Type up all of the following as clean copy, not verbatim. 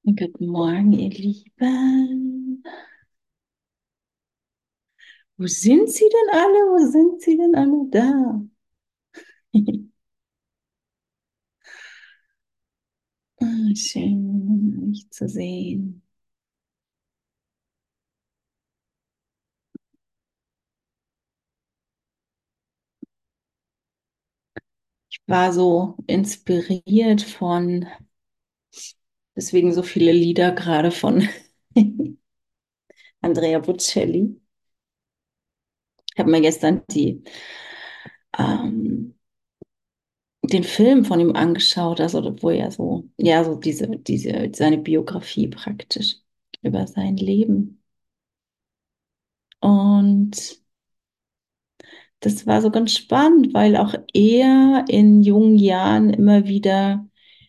Guten Morgen, ihr Lieben. Wo sind sie denn alle? Wo sind sie denn alle da? Schön, mich zu sehen. Ich war so inspiriert von, deswegen so viele Lieder gerade von Andrea Bocelli. Ich habe mir gestern ähm, den Film von ihm angeschaut, also wo er so, ja, so seine Biografie praktisch über sein Leben. Und das war so ganz spannend, weil auch er in jungen Jahren immer wieder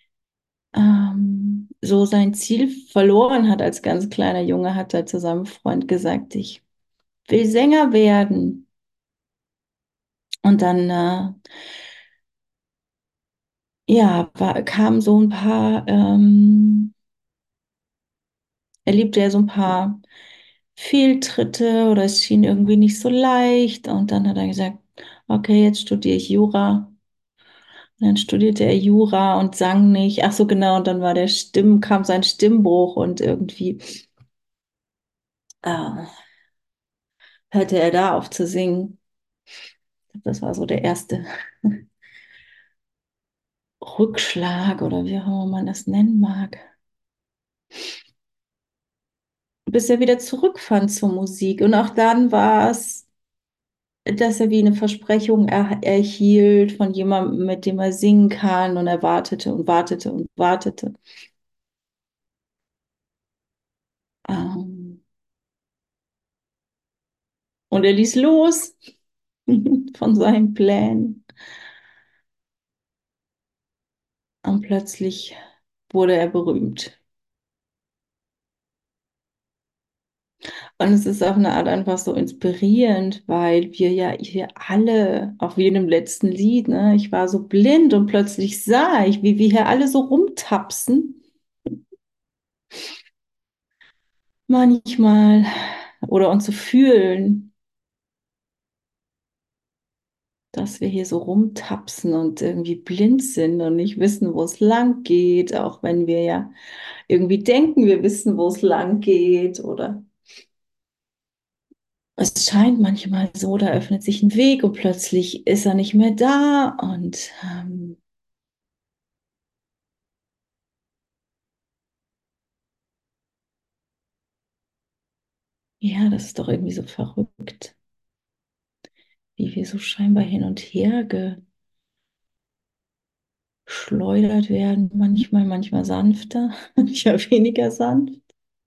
so sein Ziel verloren hat. Als ganz kleiner Junge hat er zu seinem Freund gesagt, ich will Sänger werden. Und dann, ja, kam so ein paar, erlebte er so ein paar Fehltritte oder es schien irgendwie nicht so leicht. Und dann hat er gesagt, okay, jetzt studiere ich Jura. Und dann studierte er Jura und sang nicht. Ach so, genau. Und dann kam sein Stimmbruch und irgendwie äh, hörte er da auf zu singen. Das war so der erste Rückschlag oder wie auch immer man das nennen mag. Bis er wieder zurückfand zur Musik. Und auch dann war es, dass er wie eine Versprechung erhielt von jemandem, mit dem er singen kann. Und er wartete und wartete und wartete. Ähm, und er ließ los von seinen Plänen. Und plötzlich wurde er berühmt. Und es ist auf eine Art einfach so inspirierend, weil wir ja hier alle, auch wie in dem letzten Lied, ne, ich war so blind und plötzlich sah ich, wie wir hier alle so rumtapsen. Manchmal. Oder uns so fühlen, dass wir hier so rumtapsen und irgendwie blind sind und nicht wissen, wo es lang geht, auch wenn wir ja irgendwie denken, wir wissen, wo es lang geht oder es scheint manchmal so, da öffnet sich ein Weg und plötzlich ist er nicht mehr da und ja, das ist doch irgendwie so verrückt, wie wir so scheinbar hin und her geschleudert werden, manchmal sanfter, manchmal weniger sanft.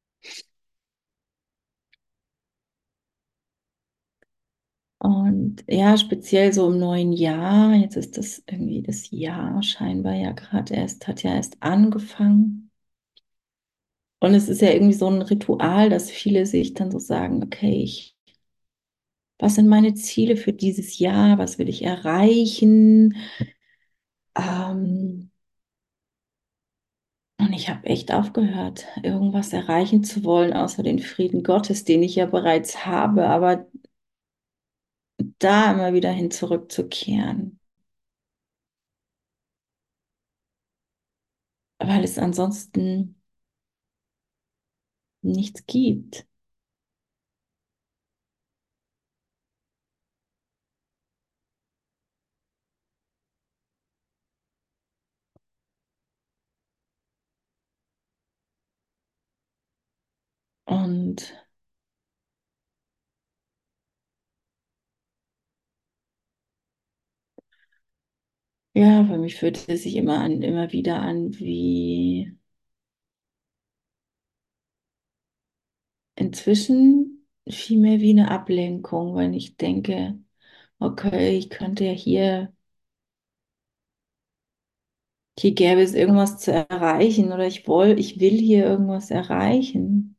Und ja, speziell so im neuen Jahr, jetzt ist das irgendwie das Jahr scheinbar ja gerade hat ja erst angefangen. Und es ist ja irgendwie so ein Ritual, dass viele sich dann so sagen, okay, was sind meine Ziele für dieses Jahr? Was will ich erreichen? Ähm, und ich habe echt aufgehört, irgendwas erreichen zu wollen, außer den Frieden Gottes, den ich ja bereits habe, aber da immer wieder hin zurückzukehren, weil es ansonsten nichts gibt. Und ja, für mich fühlt es sich immer wieder an, wie inzwischen viel mehr wie eine Ablenkung, wenn ich denke, okay, ich könnte ja hier gäbe es irgendwas zu erreichen oder ich will hier irgendwas erreichen.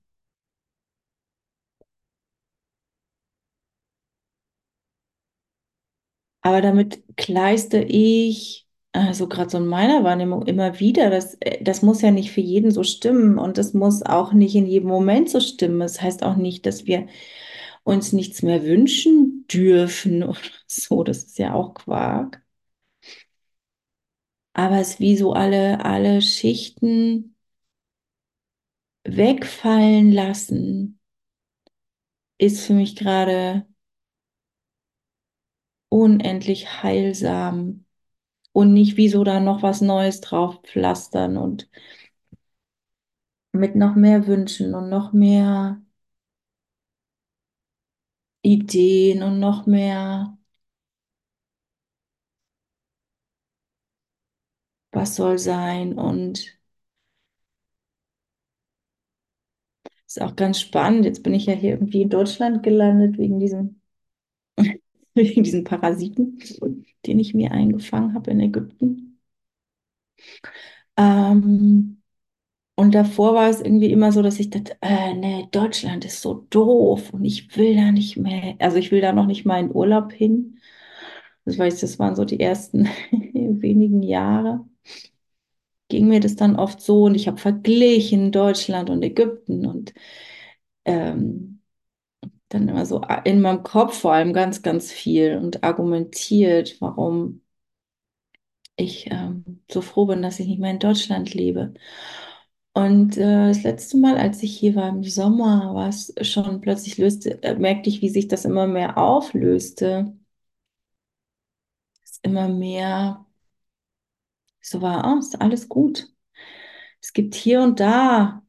Aber damit kleiste ich also gerade so in meiner Wahrnehmung immer wieder, das muss ja nicht für jeden so stimmen und das muss auch nicht in jedem Moment so stimmen. Das heißt auch nicht, dass wir uns nichts mehr wünschen dürfen oder so. Das ist ja auch Quark. Aber es ist wie so alle Schichten wegfallen lassen, ist für mich gerade unendlich heilsam und nicht wie so da noch was Neues drauf pflastern und mit noch mehr Wünschen und noch mehr Ideen und noch mehr, was soll sein. Und ist auch ganz spannend. Jetzt bin ich ja hier irgendwie in Deutschland gelandet wegen wegen diesem Parasiten, den ich mir eingefangen habe in Ägypten. Ähm, und davor war es irgendwie immer so, dass ich dachte, nee, Deutschland ist so doof und ich will da nicht mehr, also ich will da noch nicht mal in Urlaub hin. Das waren so die ersten wenigen Jahre. Ging mir das dann oft so und ich habe verglichen Deutschland und Ägypten und ähm, dann immer so in meinem Kopf vor allem ganz, ganz viel und argumentiert, warum ich so froh bin, dass ich nicht mehr in Deutschland lebe. Und das letzte Mal, als ich hier war im Sommer, war es schon plötzlich merkte ich, wie sich das immer mehr auflöste. Es immer mehr so war, oh, ist alles gut. Es gibt hier und da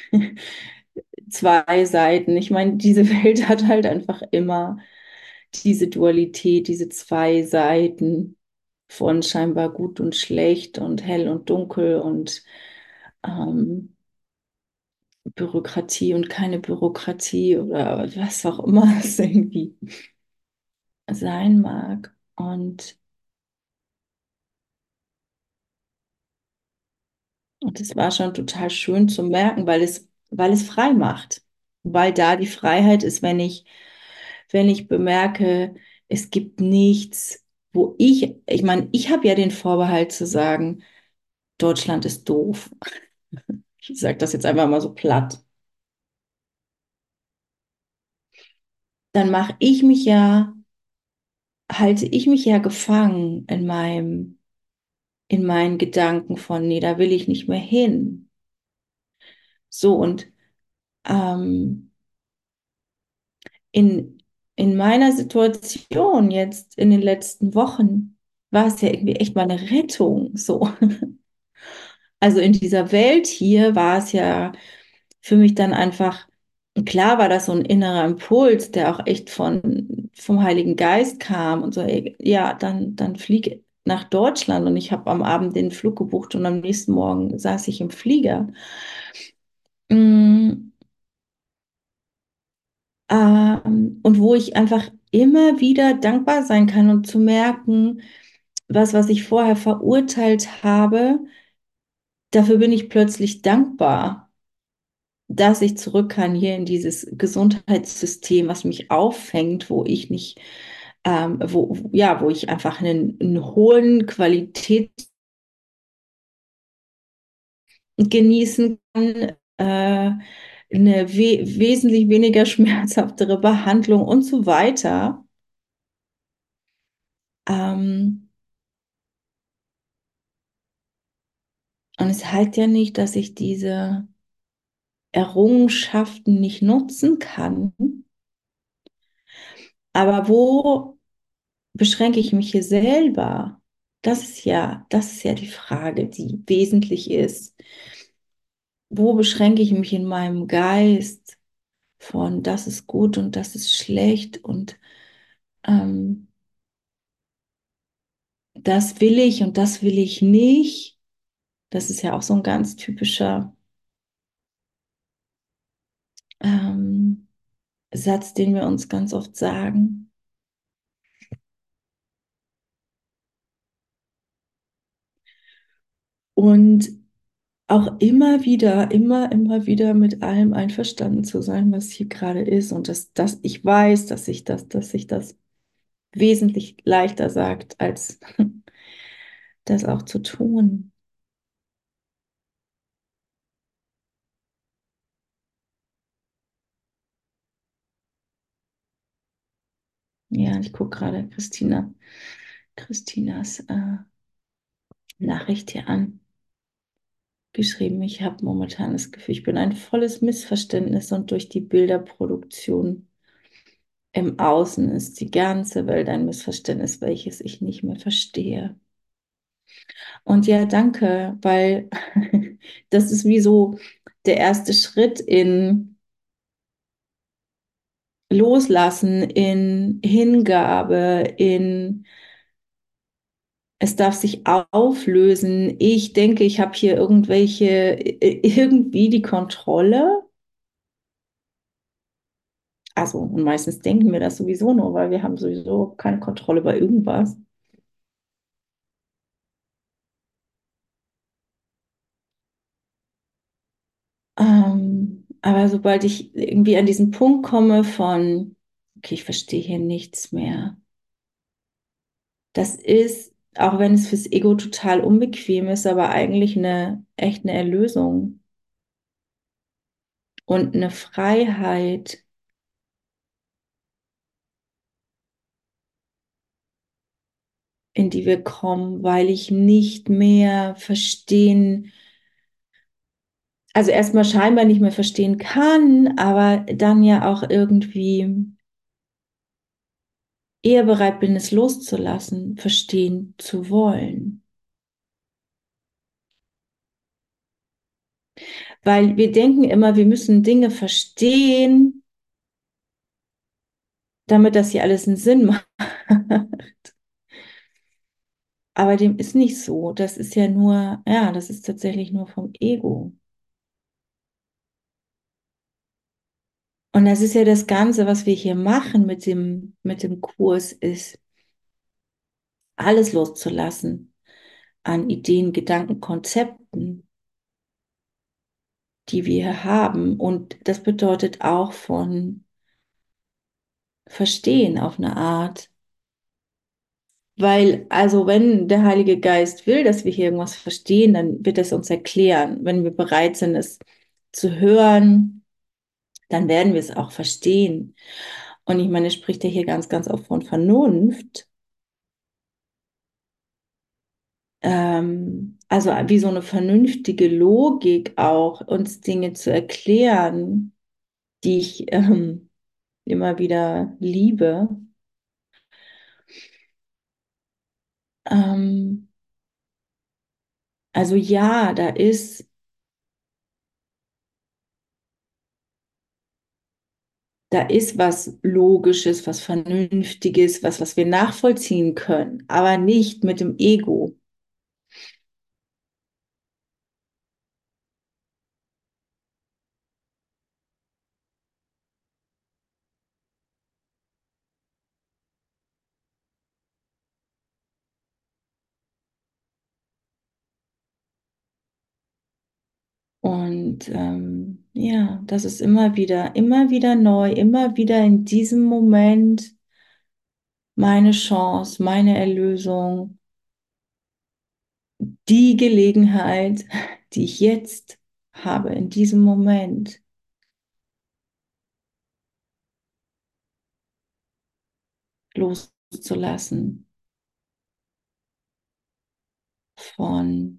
zwei Seiten. Ich meine, diese Welt hat halt einfach immer diese Dualität, diese zwei Seiten von scheinbar gut und schlecht und hell und dunkel und ähm, Bürokratie und keine Bürokratie oder was auch immer es irgendwie sein mag. Und es war schon total schön zu merken, weil es frei macht. Weil da die Freiheit ist, wenn ich bemerke, es gibt nichts, ich meine, ich habe ja den Vorbehalt zu sagen, Deutschland ist doof. Ich sage das jetzt einfach mal so platt. Dann halte ich mich ja gefangen in meinen Gedanken von, nee, da will ich nicht mehr hin. So, und ähm, in, in meiner Situation jetzt in den letzten Wochen war es ja irgendwie echt mal eine Rettung. So. Also in dieser Welt hier war es ja für mich dann einfach, klar war das so ein innerer Impuls, der auch echt vom Heiligen Geist kam und so, ey, ja, dann flieg nach Deutschland und ich habe am Abend den Flug gebucht und am nächsten Morgen saß ich im Flieger. Mm, und wo ich einfach immer wieder dankbar sein kann und zu merken, was ich vorher verurteilt habe, dafür bin ich plötzlich dankbar, dass ich zurück kann hier in dieses Gesundheitssystem, was mich auffängt, wo ich nicht, ja, wo ich einfach einen hohen Qualität genießen kann, eine wesentlich weniger schmerzhaftere Behandlung und so weiter. Ähm, und es heißt ja nicht, dass ich diese Errungenschaften nicht nutzen kann. Aber wo beschränke ich mich hier selber? Das ist ja die Frage, die wesentlich ist. Wo beschränke ich mich in meinem Geist von das ist gut und das ist schlecht und ähm, das will ich und das will ich nicht. Das ist ja auch so ein ganz typischer ähm, Satz, den wir uns ganz oft sagen. Und auch immer wieder mit allem einverstanden zu sein, was hier gerade ist und dass ich weiß, dass sich das wesentlich leichter sagt, als das auch zu tun. Ja, ich gucke gerade Christinas Nachricht hier an. Geschrieben, ich habe momentan das Gefühl, ich bin ein volles Missverständnis und durch die Bilderproduktion im Außen ist die ganze Welt ein Missverständnis, welches ich nicht mehr verstehe. Und ja, danke, weil das ist wie so der erste Schritt in Loslassen, in Hingabe, in es darf sich auflösen. Ich denke, ich habe hier irgendwie die Kontrolle. Also, und meistens denken wir das sowieso nur, weil wir haben sowieso keine Kontrolle über irgendwas. Aber sobald ich irgendwie an diesen Punkt komme von, okay, ich verstehe hier nichts mehr. Das ist, auch wenn es fürs Ego total unbequem ist, aber eigentlich echt eine Erlösung und eine Freiheit, in die wir kommen, weil ich nicht mehr verstehen, also erstmal scheinbar nicht mehr verstehen kann, aber dann ja auch irgendwie eher bereit bin, es loszulassen, verstehen zu wollen. Weil wir denken immer, wir müssen Dinge verstehen, damit das hier alles einen Sinn macht. Aber dem ist nicht so. Das ist ja nur, ja, das ist tatsächlich nur vom Ego. Und das ist ja das Ganze, was wir hier machen mit dem Kurs, ist alles loszulassen an Ideen, Gedanken, Konzepten, die wir hier haben. Und das bedeutet auch von Verstehen auf eine Art. Weil, also wenn der Heilige Geist will, dass wir hier irgendwas verstehen, dann wird es uns erklären. Wenn wir bereit sind, es zu hören, dann werden wir es auch verstehen. Und ich meine, es spricht ja hier ganz, ganz oft von Vernunft. Also wie so eine vernünftige Logik auch, uns Dinge zu erklären, die ich immer wieder liebe. Ähm, also ja, da ist was Logisches, was Vernünftiges, was wir nachvollziehen können, aber nicht mit dem Ego. Und ja, das ist immer wieder neu, immer wieder in diesem Moment meine Chance, meine Erlösung, die Gelegenheit, die ich jetzt habe, in diesem Moment loszulassen von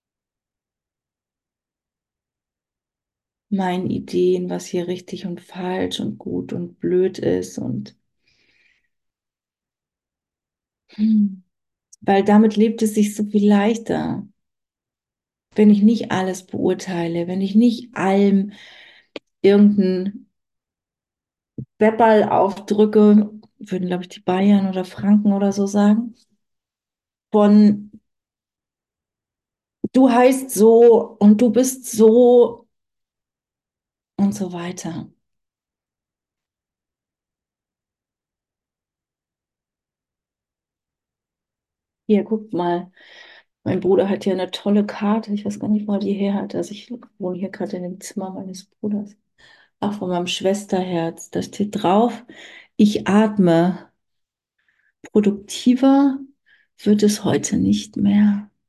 meinen Ideen, was hier richtig und falsch und gut und blöd ist und weil damit lebt es sich so viel leichter, wenn ich nicht alles beurteile, wenn ich nicht allem irgendeinen Bepperl aufdrücke, würden, glaube ich, die Bayern oder Franken oder so sagen, von du heißt so und du bist so und so weiter. Hier, guckt mal, mein Bruder hat hier eine tolle Karte, ich weiß gar nicht, wo er die her hat, also ich wohne hier gerade in dem Zimmer meines Bruders. Ach, von meinem Schwesterherz, da steht drauf, ich atme. Produktiver wird es heute nicht mehr.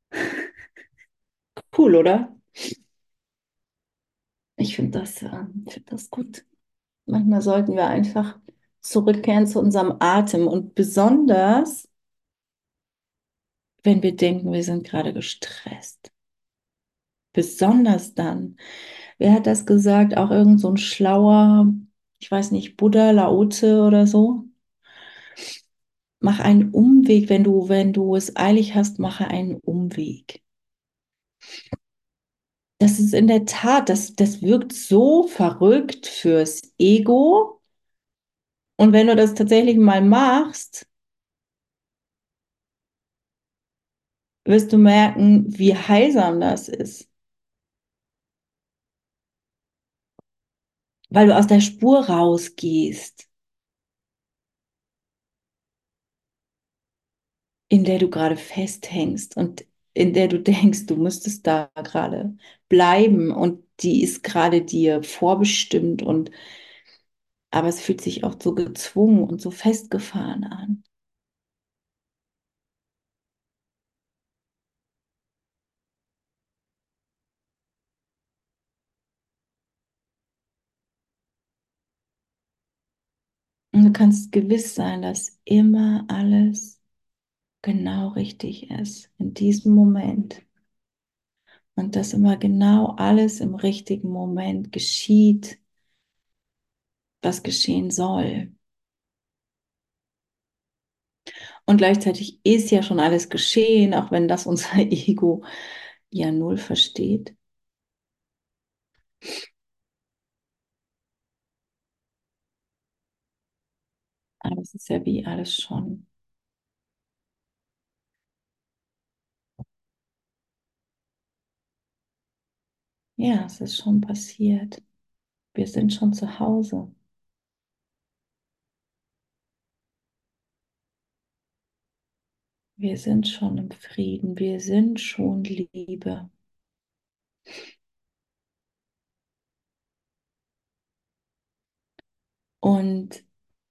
Cool, oder? Ich find das gut. Manchmal sollten wir einfach zurückkehren zu unserem Atem und besonders, wenn wir denken, wir sind gerade gestresst. Besonders dann. Wer hat das gesagt? Auch irgend so ein schlauer, ich weiß nicht, Buddha, Laozi oder so. Mach einen Umweg, wenn du es eilig hast, mache einen Umweg. Das ist in der Tat, das wirkt so verrückt fürs Ego. Und wenn du das tatsächlich mal machst, wirst du merken, wie heilsam das ist. Weil du aus der Spur rausgehst, in der du gerade festhängst und in der du denkst, du müsstest da gerade bleiben und die ist gerade dir vorbestimmt und aber es fühlt sich oft so gezwungen und so festgefahren an. Und du kannst gewiss sein, dass immer alles genau richtig ist in diesem Moment und dass immer genau alles im richtigen Moment geschieht, was geschehen soll. Und gleichzeitig ist ja schon alles geschehen, auch wenn das unser Ego ja null versteht. Aber es ist ja wie alles schon. Ja, es ist schon passiert. Wir sind schon zu Hause. Wir sind schon im Frieden. Wir sind schon Liebe. Und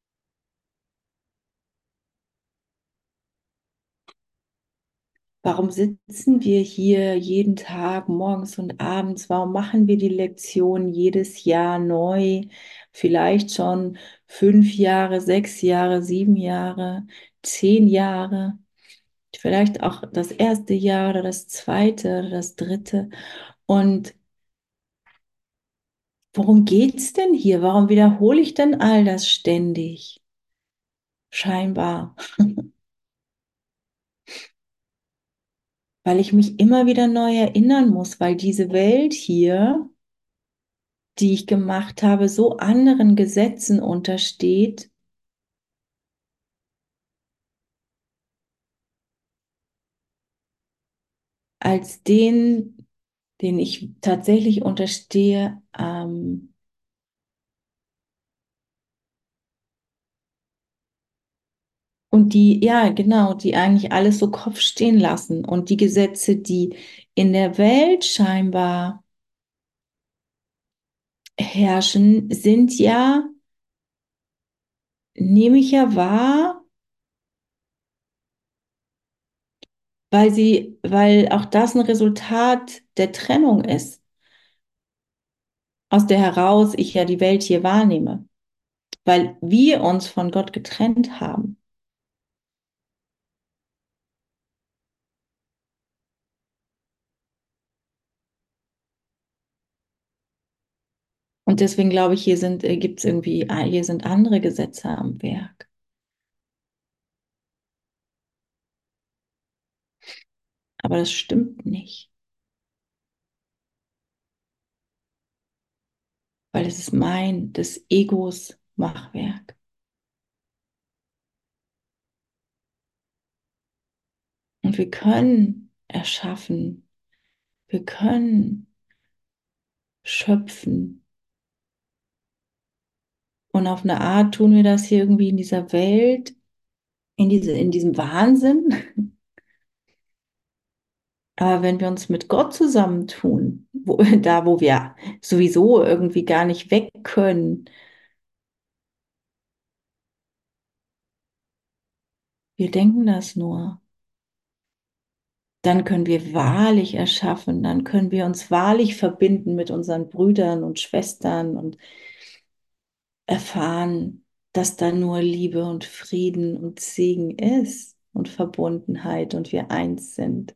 warum sitzen wir hier jeden Tag, morgens und abends? Warum machen wir die Lektion jedes Jahr neu? Vielleicht schon 5 Jahre, 6 Jahre, 7 Jahre, 10 Jahre. Vielleicht auch das erste Jahr oder das zweite oder das dritte. Und worum geht's denn hier? Warum wiederhole ich denn all das ständig? Scheinbar, weil ich mich immer wieder neu erinnern muss, weil diese Welt hier, die ich gemacht habe, so anderen Gesetzen untersteht, als den ich tatsächlich unterstehe. Und die, ja, genau, die eigentlich alles so Kopf stehen lassen. Und die Gesetze, die in der Welt scheinbar herrschen, sind ja, nehme ich ja wahr, weil auch das ein Resultat der Trennung ist, aus der heraus ich ja die Welt hier wahrnehme, weil wir uns von Gott getrennt haben. Und deswegen glaube ich, gibt es irgendwie, hier sind andere Gesetze am Werk. Aber das stimmt nicht, weil es ist des Egos Machwerk. Und wir können erschaffen, wir können schöpfen. Und auf eine Art tun wir das hier irgendwie in dieser Welt, in diesem Wahnsinn. Aber wenn wir uns mit Gott zusammentun, da wo wir sowieso irgendwie gar nicht weg können, wir denken das nur, dann können wir wahrlich erschaffen, dann können wir uns wahrlich verbinden mit unseren Brüdern und Schwestern und erfahren, dass da nur Liebe und Frieden und Segen ist und Verbundenheit und wir eins sind.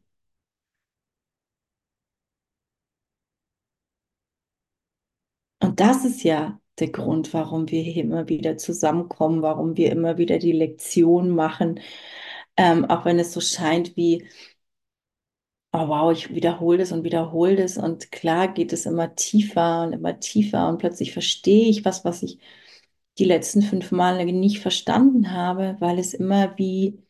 Und das ist ja der Grund, warum wir hier immer wieder zusammenkommen, warum wir immer wieder die Lektion machen, auch wenn es so scheint wie, oh wow, ich wiederhole das und klar geht es immer tiefer und plötzlich verstehe ich was ich die letzten 5 Male nicht verstanden habe, weil es immer wie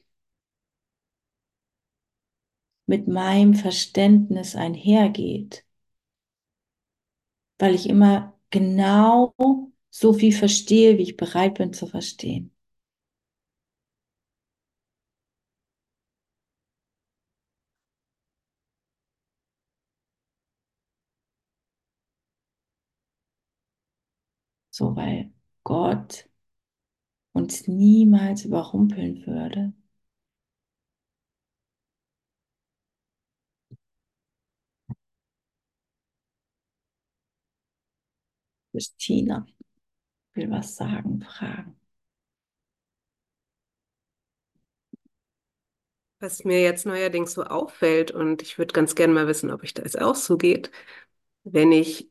mit meinem Verständnis einhergeht, weil ich immer genau so viel verstehe, wie ich bereit bin zu verstehen. So, weil Gott uns niemals überrumpeln würde. Christina will was sagen, fragen. Was mir jetzt neuerdings so auffällt, und ich würde ganz gerne mal wissen, ob ich das auch so geht, wenn ich,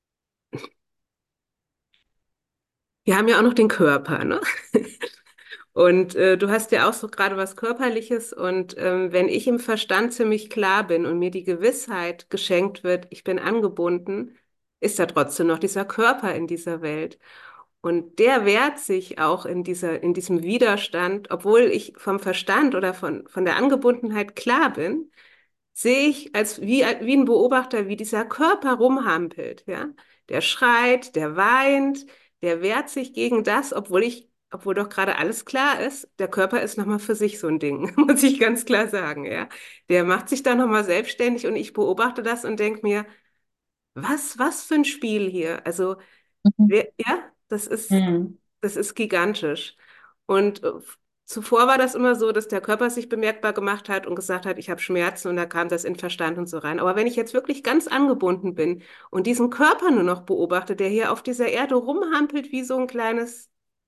wir haben ja auch noch den Körper, ne? Und du hast ja auch so gerade was Körperliches und wenn ich im Verstand ziemlich klar bin und mir die Gewissheit geschenkt wird, ich bin angebunden, ist da trotzdem noch dieser Körper in dieser Welt. Und der wehrt sich auch in diesem Widerstand, obwohl ich vom Verstand oder von der Angebundenheit klar bin, sehe ich wie ein Beobachter, wie dieser Körper rumhampelt, ja. Der schreit, der weint, der wehrt sich gegen das, obwohl doch gerade alles klar ist. Der Körper ist nochmal für sich so ein Ding, muss ich ganz klar sagen, ja. Der macht sich da nochmal selbstständig und ich beobachte das und denke mir, was für ein Spiel hier. Also, Mhm. ja, Mhm. das ist gigantisch. Und zuvor war das immer so, dass der Körper sich bemerkbar gemacht hat und gesagt hat, ich habe Schmerzen und da kam das in Verstand und so rein. Aber wenn ich jetzt wirklich ganz angebunden bin und diesen Körper nur noch beobachte, der hier auf dieser Erde rumhampelt wie so ein kleines,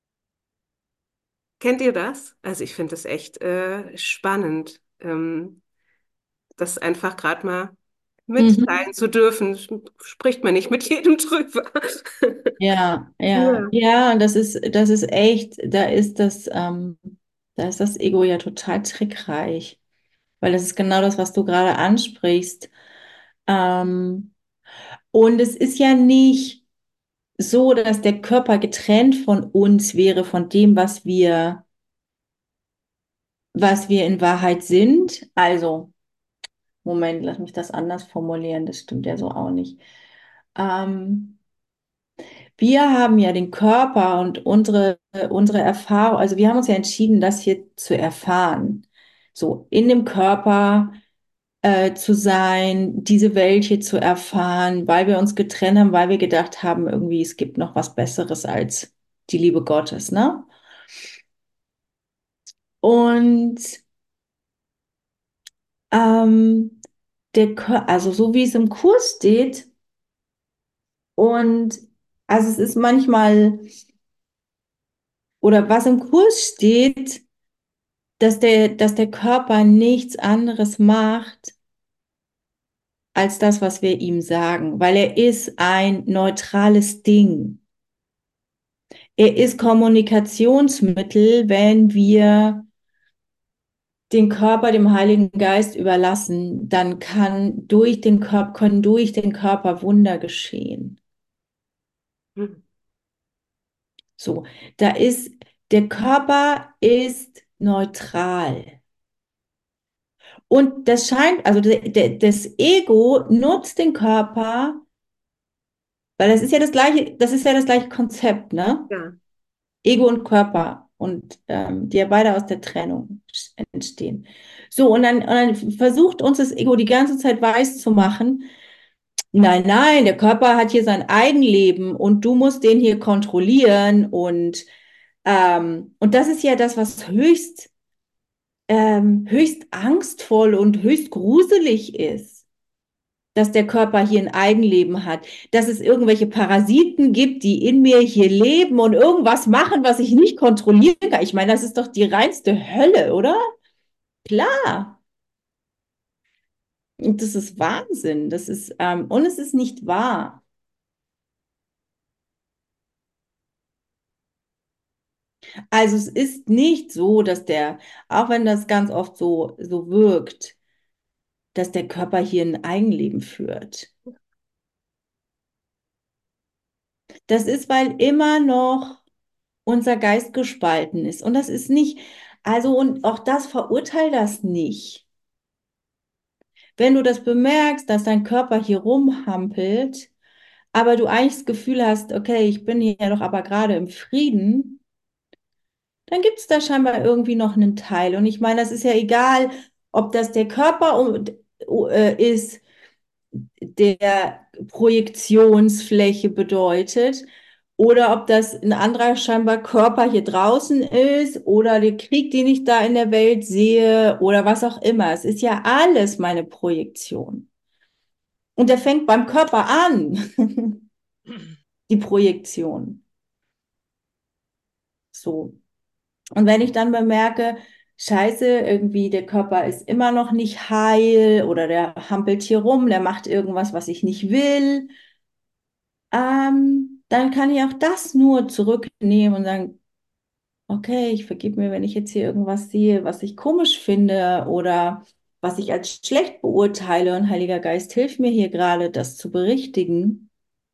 kennt ihr das? Also ich finde das echt spannend, das einfach gerade mal Mhm. mitteilen zu dürfen. Spricht man nicht mit jedem drüber. Ja, ja, Ja, ja, und das ist echt, da ist das Ego ja total trickreich, weil das ist genau das, was du gerade ansprichst. Ähm, und es ist ja nicht so, dass der Körper getrennt von uns wäre, von dem, was wir in Wahrheit sind. Also, Moment, lass mich das anders formulieren, das stimmt ja so auch nicht. Ähm, Wir haben ja den Körper und unsere Erfahrung, also wir haben uns ja entschieden, das hier zu erfahren. So in dem Körper zu sein, diese Welt hier zu erfahren, weil wir uns getrennt haben, weil wir gedacht haben, irgendwie es gibt noch was Besseres als die Liebe Gottes, ne? Und ähm, also so wie es im Kurs steht, und also es ist manchmal, oder was im Kurs steht, dass der Körper nichts anderes macht als das, was wir ihm sagen, weil er ist ein neutrales Ding. Er ist Kommunikationsmittel, wenn wir den Körper dem Heiligen Geist überlassen, dann können durch den Körper Wunder geschehen. So, der Körper ist neutral. Und das scheint, also das Ego nutzt den Körper, weil das ist ja das gleiche Konzept, ne? ja. Ego und Körper und die ja beide aus der Trennung entstehen. So, und dann versucht uns das Ego die ganze Zeit weiß zu machen, nein, nein, der Körper hat hier sein Eigenleben und du musst den hier kontrollieren und das ist ja das, was höchst höchst angstvoll und höchst gruselig ist, dass der Körper hier ein Eigenleben hat, dass es irgendwelche Parasiten gibt, die in mir hier leben und irgendwas machen, was ich nicht kontrollieren kann. Ich meine, das ist doch die reinste Hölle, oder? Klar. Und das ist Wahnsinn. Und es ist nicht wahr. Also es ist nicht so, auch wenn das ganz oft so wirkt, dass der Körper hier ein Eigenleben führt. Das ist, weil immer noch unser Geist gespalten ist. Und das ist nicht, also und auch das verurteilt das nicht. Wenn du das bemerkst, dass dein Körper hier rumhampelt, aber du eigentlich das Gefühl hast, okay, ich bin hier doch aber gerade im Frieden, dann gibt es da scheinbar irgendwie noch einen Teil. Und ich meine, das ist ja egal, ob das der Körper ist, der Projektionsfläche bedeutet, oder ob das ein anderer scheinbar Körper hier draußen ist oder der Krieg, den ich da in der Welt sehe oder was auch immer. Es ist ja alles meine Projektion. Und der fängt beim Körper an, die Projektion. So. Und wenn ich dann bemerke, Scheiße, irgendwie der Körper ist immer noch nicht heil oder der hampelt hier rum, der macht irgendwas, was ich nicht will, dann kann ich auch das nur zurücknehmen und sagen, okay, ich vergib mir, wenn ich jetzt hier irgendwas sehe, was ich komisch finde oder was ich als schlecht beurteile und Heiliger Geist, hilf mir hier gerade, das zu berichtigen.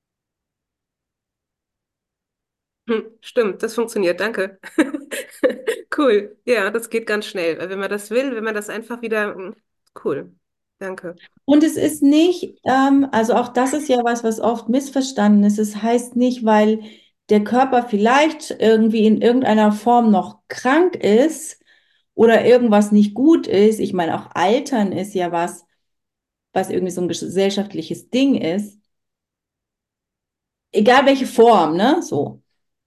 Stimmt, das funktioniert, danke. Cool, ja, das geht ganz schnell. Wenn man das will, wenn man das einfach wieder, cool, danke. Und es ist nicht, also auch das ist ja was, was oft missverstanden ist. Es heißt nicht, weil der Körper vielleicht irgendwie in irgendeiner Form noch krank ist oder irgendwas nicht gut ist. Ich meine, auch Altern ist ja was irgendwie so ein gesellschaftliches Ding ist. Egal welche Form, ne? So.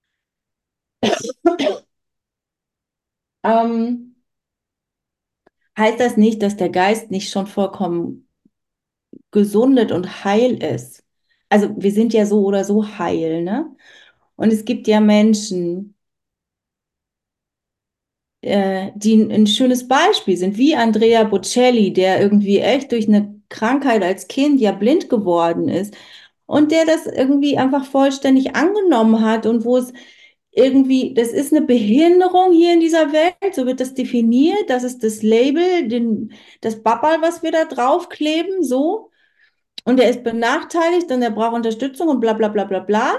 Ähm, heißt das nicht, dass der Geist nicht schon vollkommen gesundet und heil ist? Also wir sind ja so oder so heil, ne? Und es gibt ja Menschen, die ein schönes Beispiel sind, wie Andrea Bocelli, der irgendwie echt durch eine Krankheit als Kind ja blind geworden ist und der das irgendwie einfach vollständig angenommen hat und wo es irgendwie, das ist eine Behinderung hier in dieser Welt, so wird das definiert, das ist das Label, das Babbel, was wir da draufkleben, so. Und er ist benachteiligt und er braucht Unterstützung und bla bla bla bla bla,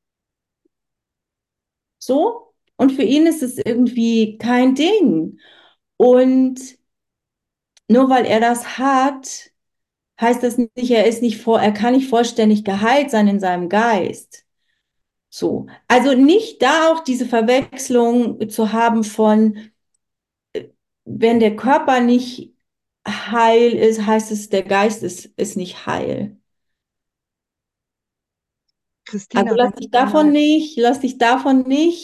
so. Und für ihn ist es irgendwie kein Ding. Und nur weil er das hat, heißt das nicht, er kann nicht vollständig geheilt sein in seinem Geist. So. Also nicht da auch diese Verwechslung zu haben von, wenn der Körper nicht heil ist, heißt es, der Geist ist nicht heil. Also Christina, wenn ich da mal, lass dich davon nicht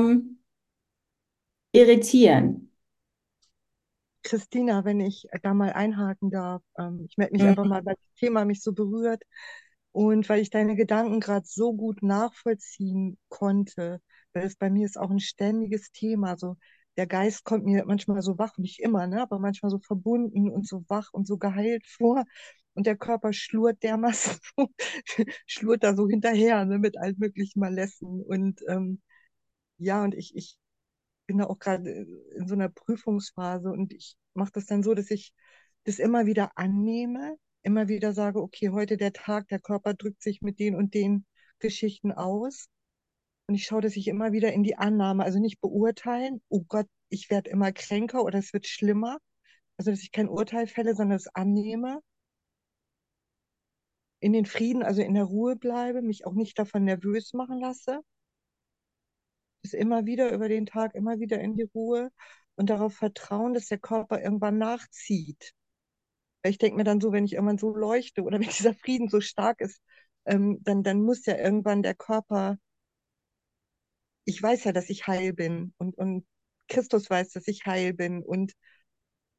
irritieren. Christina, wenn ich da mal einhaken darf, ich melde mich einfach Mhm. mal, weil das Thema mich so berührt und weil ich deine Gedanken gerade so gut nachvollziehen konnte, weil es bei mir ist auch ein ständiges Thema. So, der Geist kommt mir manchmal so wach, nicht immer, ne, aber manchmal so verbunden und so wach und so geheilt vor. Und der Körper schlurrt dermaßen, schlurrt da so hinterher, ne, mit allen möglichen Malessen. Und ja, und ich bin da auch gerade in so einer Prüfungsphase und ich mache das dann so, dass ich das immer wieder annehme, immer wieder sage, okay, heute der Tag, der Körper drückt sich mit den und den Geschichten aus. Und ich schaue, dass ich immer wieder in die Annahme, also nicht beurteilen, oh Gott, ich werde immer kränker oder es wird schlimmer. Also, dass ich kein Urteil fälle, sondern es annehme, in den Frieden, also in der Ruhe bleibe, mich auch nicht davon nervös machen lasse. Das immer wieder über den Tag, immer wieder in die Ruhe und darauf vertrauen, dass der Körper irgendwann nachzieht. Weil ich denke mir dann so, wenn ich irgendwann so leuchte oder wenn dieser Frieden so stark ist, dann muss ja irgendwann der Körper, ich weiß ja, dass ich heil bin und Christus weiß, dass ich heil bin und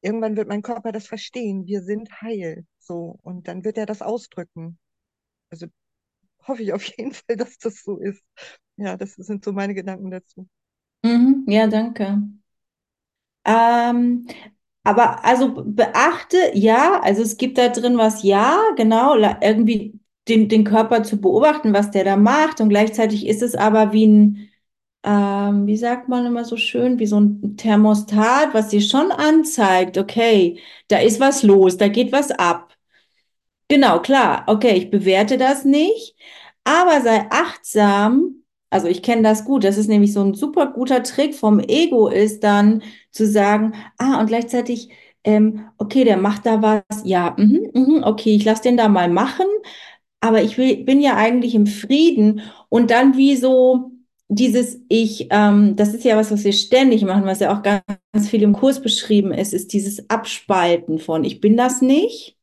irgendwann wird mein Körper das verstehen. Wir sind heil. So. Und dann wird er das ausdrücken. Also hoffe ich auf jeden Fall, dass das so ist. Ja, das sind so meine Gedanken dazu. Mhm, ja, danke. Ähm, aber also beachte, ja, also es gibt da drin was, ja, genau, irgendwie den Körper zu beobachten, was der da macht. Und gleichzeitig ist es aber wie ein, wie sagt man immer so schön, wie so ein Thermostat, was dir schon anzeigt, okay, da ist was los, da geht was ab. Genau, klar. Okay, ich bewerte das nicht, aber sei achtsam. Also ich kenne das gut. Das ist nämlich so ein super guter Trick vom Ego ist dann zu sagen, und gleichzeitig, okay, der macht da was. Ja, okay, ich lasse den da mal machen, aber bin ja eigentlich im Frieden und dann wie so das ist ja was wir ständig machen, was ja auch ganz, ganz viel im Kurs beschrieben ist dieses Abspalten von, ich bin das nicht.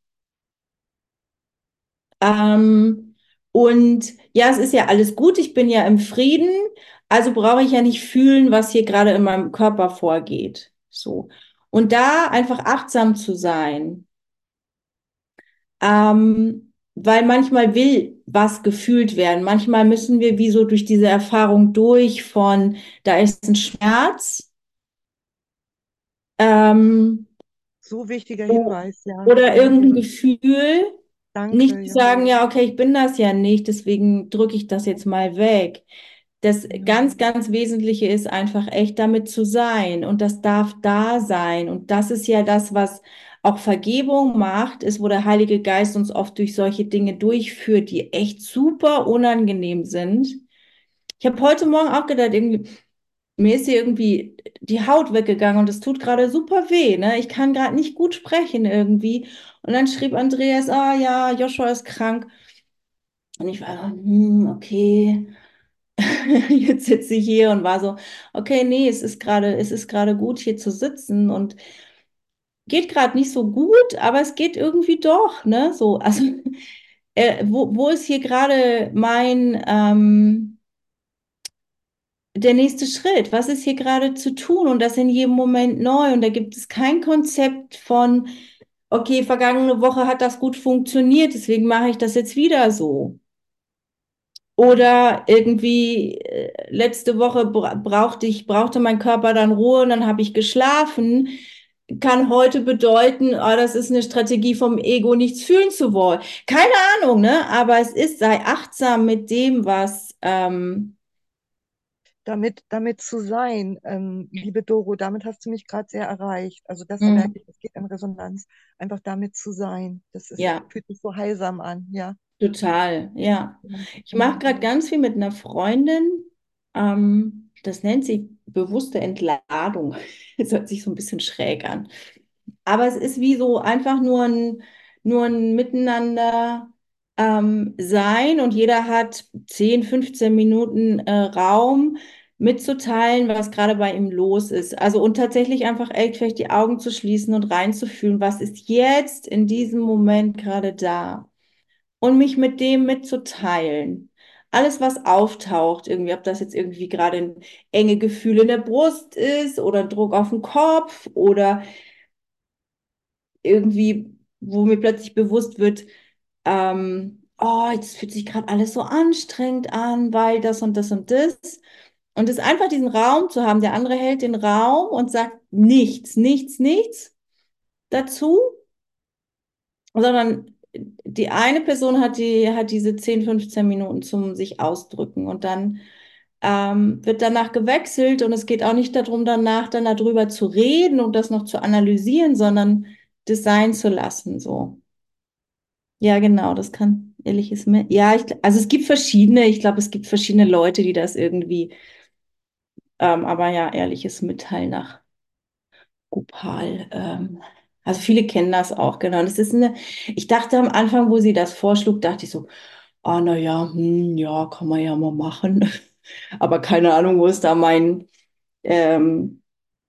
Ähm, und ja, es ist ja alles gut, ich bin ja im Frieden, also brauche ich ja nicht fühlen, was hier gerade in meinem Körper vorgeht. So. Und da einfach achtsam zu sein, weil manchmal will was gefühlt werden. Manchmal müssen wir wie so durch diese Erfahrung durch von, da ist ein Schmerz, ähm, So wichtiger Hinweis, ja. oder Danke. irgendein Gefühl. Danke, Nicht zu ja. sagen, ja, okay, ich bin das ja nicht, deswegen drücke ich das jetzt mal weg. Das Ja. ganz, ganz Wesentliche ist einfach echt damit zu sein und das darf da sein. Und das ist ja das, was auch Vergebung macht, ist, wo der Heilige Geist uns oft durch solche Dinge durchführt, die echt super unangenehm sind. Ich habe heute Morgen auch gedacht, irgendwie, mir ist hier irgendwie die Haut weggegangen und es tut gerade super weh, ne? Ich kann gerade nicht gut sprechen irgendwie. Und dann schrieb Andreas, ja, Joshua ist krank. Und ich war, okay, jetzt sitze ich hier und war so, okay, nee, es ist gerade gut, hier zu sitzen und geht gerade nicht so gut, aber es geht irgendwie doch, ne? So, also, wo ist hier gerade der nächste Schritt? Was ist hier gerade zu tun? Und das in jedem Moment neu. Und da gibt es kein Konzept von, okay, vergangene Woche hat das gut funktioniert, deswegen mache ich das jetzt wieder so. Oder irgendwie letzte Woche brauchte mein Körper dann Ruhe und dann habe ich geschlafen. Kann heute bedeuten, das ist eine Strategie vom Ego, nichts fühlen zu wollen. Keine Ahnung, ne? Aber sei achtsam mit dem, Damit zu sein, liebe Doro, damit hast du mich gerade sehr erreicht. Also das mh, merke ich, das geht in Resonanz. Einfach damit zu sein. ja. Fühlt sich so heilsam an, ja. Total, ja. Ja, Ich mache ja. gerade ganz viel mit einer Freundin. Das nennt sie bewusste Entladung. Es hört sich so ein bisschen schräg an. Aber es ist wie so einfach nur ein Miteinander sein und jeder hat 10, 15 Minuten Raum mitzuteilen, was gerade bei ihm los ist. Also und tatsächlich einfach echt vielleicht die Augen zu schließen und reinzufühlen, was ist jetzt in diesem Moment gerade da und mich mit dem mitzuteilen. Alles, was auftaucht, irgendwie, ob das jetzt irgendwie gerade ein enge Gefühl in der Brust ist oder ein Druck auf den Kopf oder irgendwie, wo mir plötzlich bewusst wird, jetzt fühlt sich gerade alles so anstrengend an, weil das und das und das. Und es einfach diesen Raum zu haben, der andere hält den Raum und sagt nichts, nichts, nichts dazu, sondern die eine Person hat diese 10, 15 Minuten zum sich ausdrücken und dann wird danach gewechselt und es geht auch nicht darum, danach dann darüber zu reden und das noch zu analysieren, sondern das sein zu lassen, so. Ja, genau, das kann ehrliches mit. Ja, also es gibt verschiedene, ich glaube, es gibt verschiedene Leute, die das irgendwie, aber ja, ehrliches Mitteilen nach Gopal. Also viele kennen das auch, genau. Ich dachte am Anfang, wo sie das vorschlug, dachte ich so, na ja, ja, kann man ja mal machen. Aber keine Ahnung, wo ist da ähm,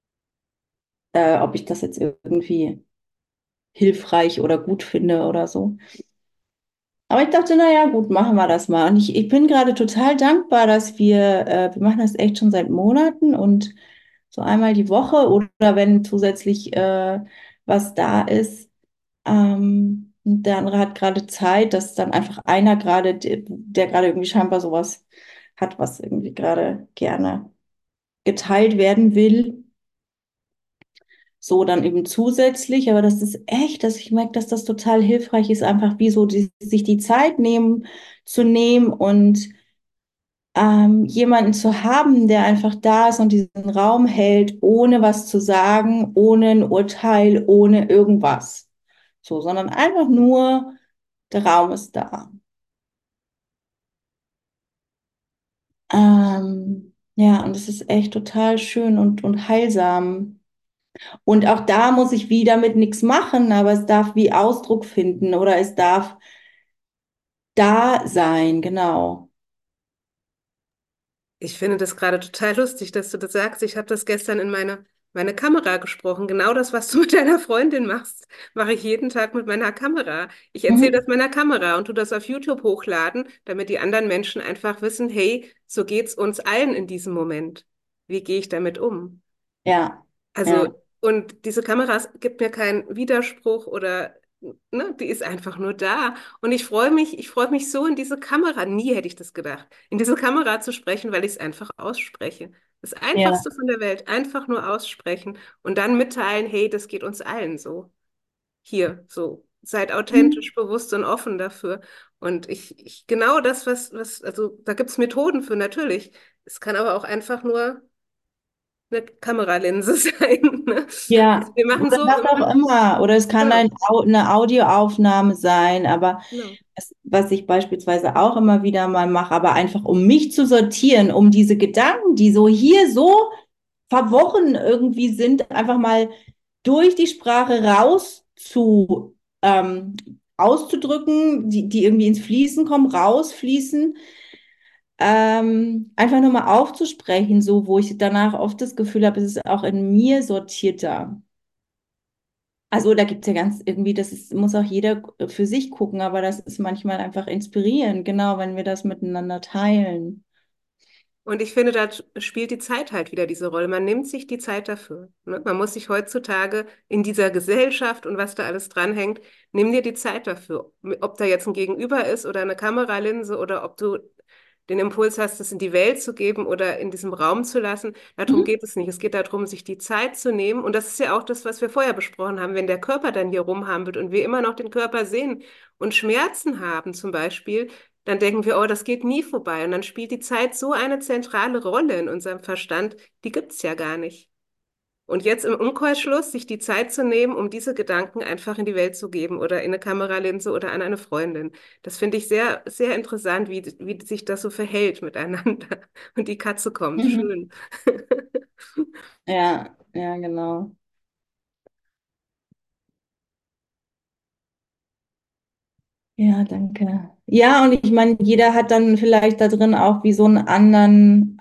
ob ich das jetzt irgendwie hilfreich oder gut finde oder so. Aber ich dachte, na ja, gut, machen wir das mal. Und ich bin gerade total dankbar, dass wir machen das echt schon seit Monaten und so einmal die Woche oder wenn zusätzlich was da ist. Und der andere hat gerade Zeit, dass dann einfach einer gerade, der gerade irgendwie scheinbar sowas hat, was irgendwie gerade gerne geteilt werden will. So dann eben zusätzlich, aber das ist echt, dass ich merke, dass das total hilfreich ist, einfach wie so sich die Zeit zu nehmen und jemanden zu haben, der einfach da ist und diesen Raum hält, ohne was zu sagen, ohne ein Urteil, ohne irgendwas. So, sondern einfach nur, der Raum ist da. Ja, und es ist echt total schön und heilsam. Und auch da muss ich wieder mit nichts machen, aber es darf wie Ausdruck finden oder es darf da sein, genau. Ich finde das gerade total lustig, dass du das sagst. Ich habe das gestern in meine Kamera gesprochen. Genau das, was du mit deiner Freundin machst, mache ich jeden Tag mit meiner Kamera. Ich erzähle Mhm. das meiner Kamera und tu das auf YouTube hochladen, damit die anderen Menschen einfach wissen, hey, so geht's uns allen in diesem Moment. Wie gehe ich damit um? Ja, Also, ja, und diese Kameras gibt mir keinen Widerspruch oder, ne, die ist einfach nur da. Und ich freue mich so in diese Kamera. Nie hätte ich das gedacht, in diese Kamera zu sprechen, weil ich es einfach ausspreche. Das ja. Einfachste von der Welt, einfach nur aussprechen und dann mitteilen, hey, das geht uns allen so. Hier, so. Seid Mhm. authentisch, bewusst und offen dafür. Und genau das, also da gibt es Methoden für, natürlich. Es kann aber auch einfach nur eine Kameralinse sein. Ne? Also Ja, wir machen oder so, was auch immer. Oder es kann genau, eine Audioaufnahme sein, aber genau. was ich beispielsweise auch immer wieder mal mache, aber einfach um mich zu sortieren, um diese Gedanken, die so hier so verworren irgendwie sind, einfach mal durch die Sprache auszudrücken, die irgendwie ins Fließen kommen, rausfließen, einfach nur mal aufzusprechen, so wo ich danach oft das Gefühl habe, es ist auch in mir sortierter. Also da gibt es ja ganz irgendwie, muss auch jeder für sich gucken, aber das ist manchmal einfach inspirierend, genau, wenn wir das miteinander teilen. Und ich finde, da spielt die Zeit halt wieder diese Rolle. Man nimmt sich die Zeit dafür. Ne? Man muss sich heutzutage in dieser Gesellschaft und was da alles dranhängt, nimm dir die Zeit dafür. Ob da jetzt ein Gegenüber ist oder eine Kameralinse oder ob du den Impuls hast, das in die Welt zu geben oder in diesem Raum zu lassen. Darum Mhm. geht es nicht. Es geht darum, sich die Zeit zu nehmen. Und das ist ja auch das, was wir vorher besprochen haben. Wenn der Körper dann hier rumhampelt und wir immer noch den Körper sehen und Schmerzen haben zum Beispiel, dann denken wir, oh, das geht nie vorbei. Und dann spielt die Zeit so eine zentrale Rolle in unserem Verstand, die gibt es ja gar nicht. Und jetzt im Umkehrschluss, sich die Zeit zu nehmen, um diese Gedanken einfach in die Welt zu geben oder in eine Kameralinse oder an eine Freundin. Das finde ich sehr, sehr interessant, wie sich das so verhält miteinander. Und die Katze kommt. Mhm. Schön. Ja, ja, genau. Ja, danke. Ja, und ich meine, jeder hat dann vielleicht da drin auch wie so einen anderen,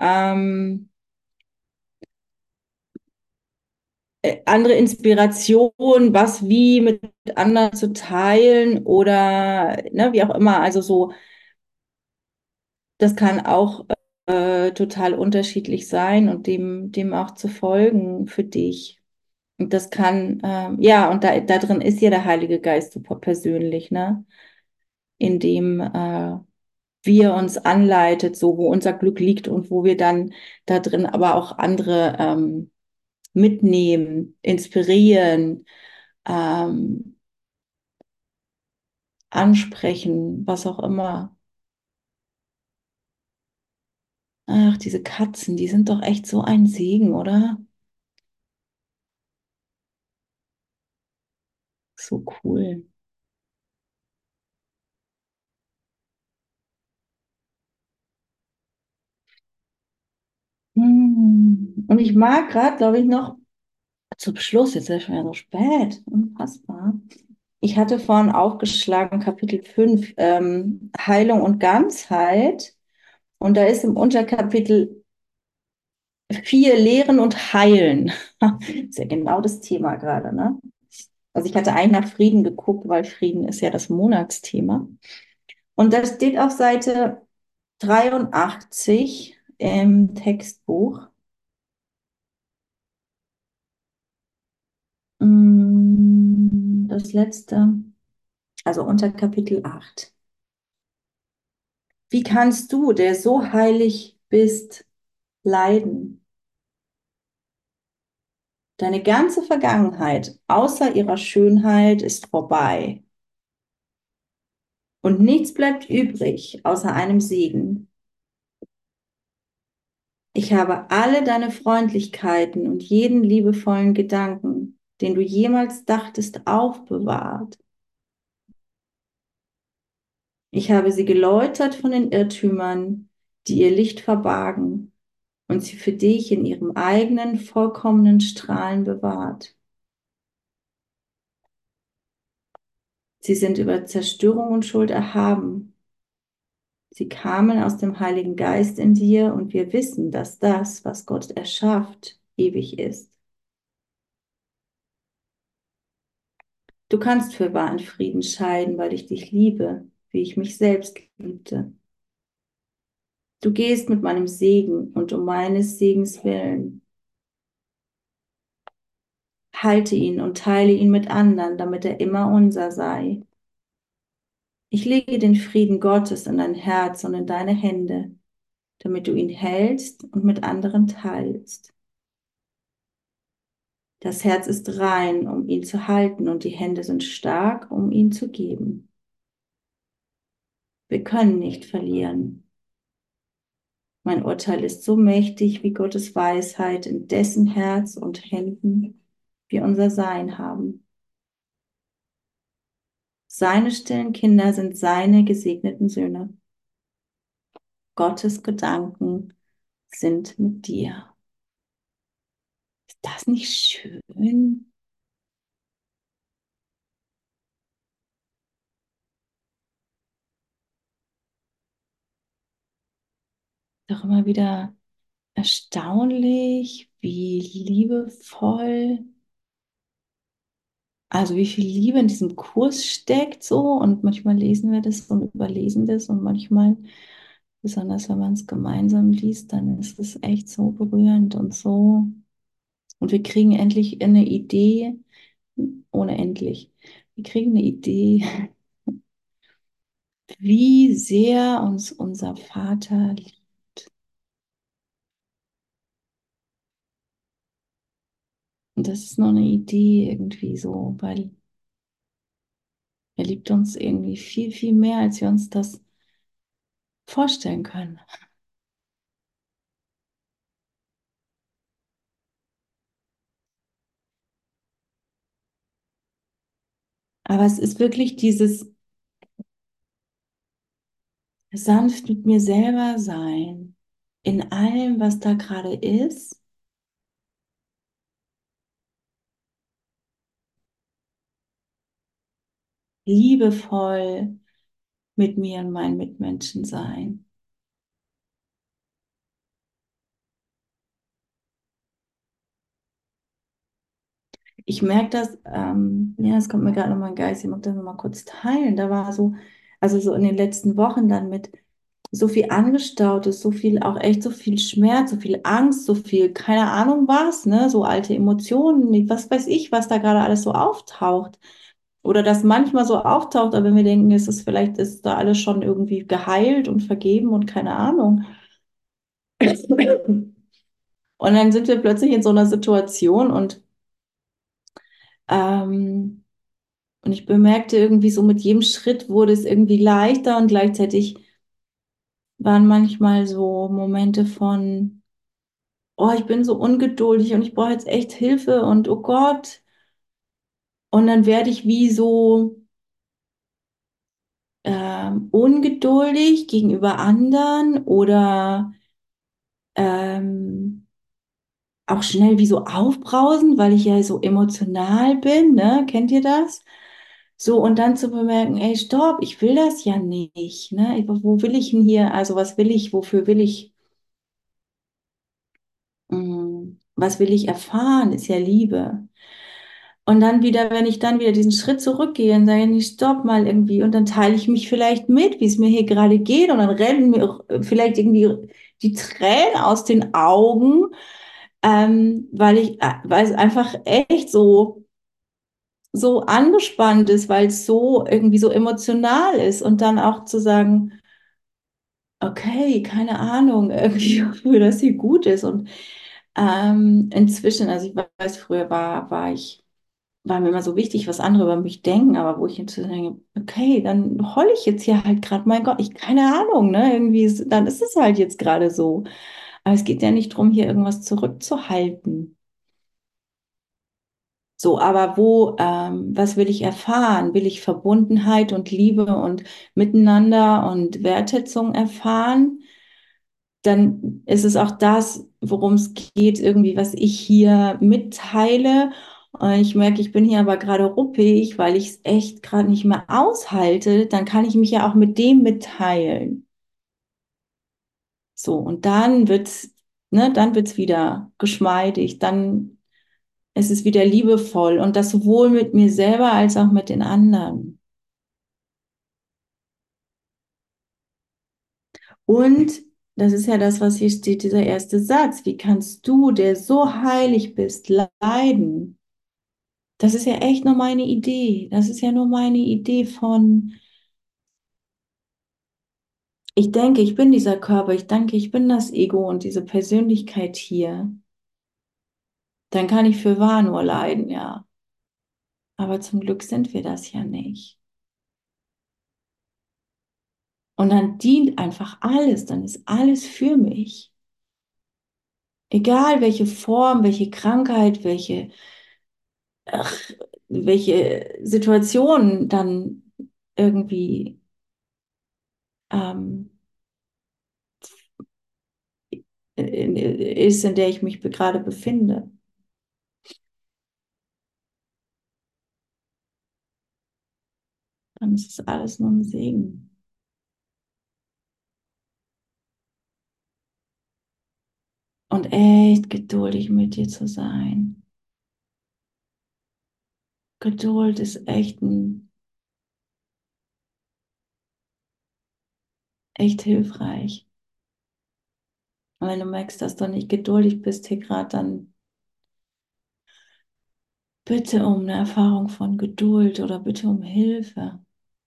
andere Inspiration, was wie mit anderen zu teilen oder ne, wie auch immer. Also so, das kann auch total unterschiedlich sein und dem auch zu folgen für dich. Und das kann, ja, und da drin ist ja der Heilige Geist super persönlich, ne? In dem wie er uns anleitet, so wo unser Glück liegt und wo wir dann da drin aber auch andere mitnehmen, inspirieren, ähm, ansprechen, was auch immer. Ach, diese Katzen, die sind doch echt so ein Segen, oder? So cool. Und ich mag gerade, glaube ich, noch zum Schluss, jetzt ist es schon wieder so spät, unfassbar. Ich hatte vorhin aufgeschlagen, Kapitel 5 Heilung und Ganzheit. Und da ist im Unterkapitel 4 Lehren und Heilen. Ist ja genau das Thema gerade, ne? Also ich hatte eigentlich nach Frieden geguckt, weil Frieden ist ja das Monatsthema. Und da steht auf Seite 83 im Textbuch. das letzte, also unter Kapitel 8. Wie kannst du, der so heilig bist, leiden? Deine ganze Vergangenheit, außer ihrer Schönheit, ist vorbei. Und nichts bleibt übrig, außer einem Segen. Ich habe alle deine Freundlichkeiten und jeden liebevollen Gedanken, den du jemals dachtest, aufbewahrt. Ich habe sie geläutert von den Irrtümern, die ihr Licht verbargen, und sie für dich in ihrem eigenen, vollkommenen Strahlen bewahrt. Sie sind über Zerstörung und Schuld erhaben. Sie kamen aus dem Heiligen Geist in dir, und wir wissen, dass das, was Gott erschafft, ewig ist. Du kannst für wahren Frieden scheiden, weil ich dich liebe, wie ich mich selbst liebte. Du gehst mit meinem Segen und um meines Segens willen. Halte ihn und teile ihn mit anderen, damit er immer unser sei. Ich lege den Frieden Gottes in dein Herz und in deine Hände, damit du ihn hältst und mit anderen teilst. Das Herz ist rein, um ihn zu halten, und die Hände sind stark, um ihn zu geben. Wir können nicht verlieren. Mein Urteil ist so mächtig wie Gottes Weisheit, in dessen Herz und Händen wir unser Sein haben. Seine stillen Kinder sind seine gesegneten Söhne. Gottes Gedanken sind mit dir. Ist das nicht schön? Doch immer wieder erstaunlich, wie liebevoll, also wie viel Liebe in diesem Kurs steckt so, und manchmal lesen wir das und überlesen das, und manchmal, besonders wenn man es gemeinsam liest, dann ist es echt so berührend und so, und wir kriegen endlich eine Idee, ohne endlich, wir kriegen eine Idee, wie sehr uns unser Vater liebt. Und das ist nur eine Idee irgendwie so, weil er liebt uns irgendwie viel, viel mehr, als wir uns das vorstellen können. Aber es ist wirklich dieses sanft mit mir selber sein, in allem, was da gerade ist. Liebevoll mit mir und meinen Mitmenschen sein. Ich merke das, ja, es kommt mir gerade noch mal in den Geist, ich mag das noch mal kurz teilen. Da war so, also so in den letzten Wochen dann mit so viel Angestautes, so viel, auch echt so viel Schmerz, so viel Angst, so viel, keine Ahnung was, ne, so alte Emotionen, was weiß ich, was da gerade alles so auftaucht. Oder das manchmal so auftaucht, aber wenn wir denken, es ist vielleicht, ist da alles schon irgendwie geheilt und vergeben und keine Ahnung. Und dann sind wir plötzlich in so einer Situation, ähm, und ich bemerkte irgendwie so, mit jedem Schritt wurde es irgendwie leichter, und gleichzeitig waren manchmal so Momente von, oh, ich bin so ungeduldig und ich brauche jetzt echt Hilfe und oh Gott. Und dann werde ich wie so ungeduldig gegenüber anderen, oder ähm, auch schnell wie so aufbrausend, weil ich ja so emotional bin, ne? Kennt ihr das? So, und dann zu bemerken, ey, stopp, ich will das ja nicht, ne? Wo will ich denn hier, also was will ich, wofür will ich, was will ich erfahren, ist ja Liebe. Und dann wieder, wenn ich dann wieder diesen Schritt zurückgehe und sage, nee, stopp mal irgendwie, und dann teile ich mich vielleicht mit, wie es mir hier gerade geht, und dann rennen mir vielleicht irgendwie die Tränen aus den Augen, weil es einfach echt so so angespannt ist, weil es so irgendwie so emotional ist und dann auch zu sagen, okay, keine Ahnung, irgendwie, wofür das hier gut ist. Und inzwischen, also ich weiß, früher war mir immer so wichtig, was andere über mich denken, aber wo ich inzwischen denke, okay, dann heule ich jetzt hier halt gerade, mein Gott, ich keine Ahnung, ne? Irgendwie, dann ist es halt jetzt gerade so. Aber es geht ja nicht darum, hier irgendwas zurückzuhalten. So, aber was will ich erfahren? Will ich Verbundenheit und Liebe und Miteinander und Wertschätzung erfahren? Dann ist es auch das, worum es geht, irgendwie, was ich hier mitteile. Und ich merke, ich bin hier aber gerade ruppig, weil ich es echt gerade nicht mehr aushalte. Dann kann ich mich ja auch mit dem mitteilen. So, und dann wird's wieder geschmeidig, dann ist es wieder liebevoll und das sowohl mit mir selber als auch mit den anderen. Und das ist ja das, was hier steht, dieser erste Satz. Wie kannst du, der so heilig bist, leiden? Das ist ja echt nur meine Idee. Das ist ja nur meine Idee von, ich denke, ich bin dieser Körper, ich denke, ich bin das Ego und diese Persönlichkeit hier. Dann kann ich für wahr nur leiden, ja. Aber zum Glück sind wir das ja nicht. Und dann dient einfach alles, dann ist alles für mich. Egal welche Form, welche Krankheit, ach, welche Situation dann irgendwie ähm, ist, in der ich mich gerade befinde. Dann ist es alles nur ein Segen. Und echt geduldig mit dir zu sein. Geduld ist echt hilfreich. Und wenn du merkst, dass du nicht geduldig bist hier gerade, dann bitte um eine Erfahrung von Geduld oder bitte um Hilfe.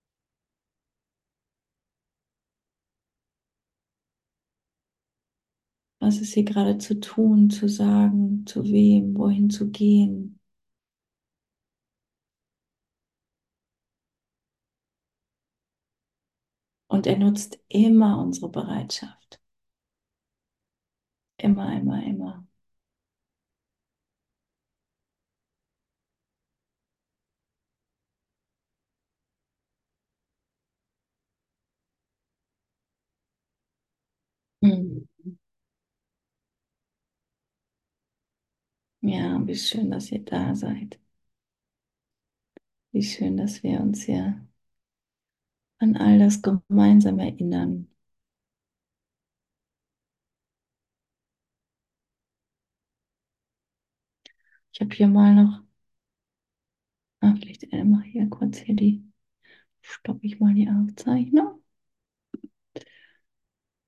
Was ist hier gerade zu tun, zu sagen, zu wem, wohin zu gehen? Und er nutzt immer unsere Bereitschaft. Immer, immer, immer. Mhm. Ja, wie schön, dass ihr da seid. Wie schön, dass wir uns hier an all das gemeinsam erinnern. Ich habe hier mal noch, vielleicht mache ich hier kurz stoppe ich mal die Aufzeichnung.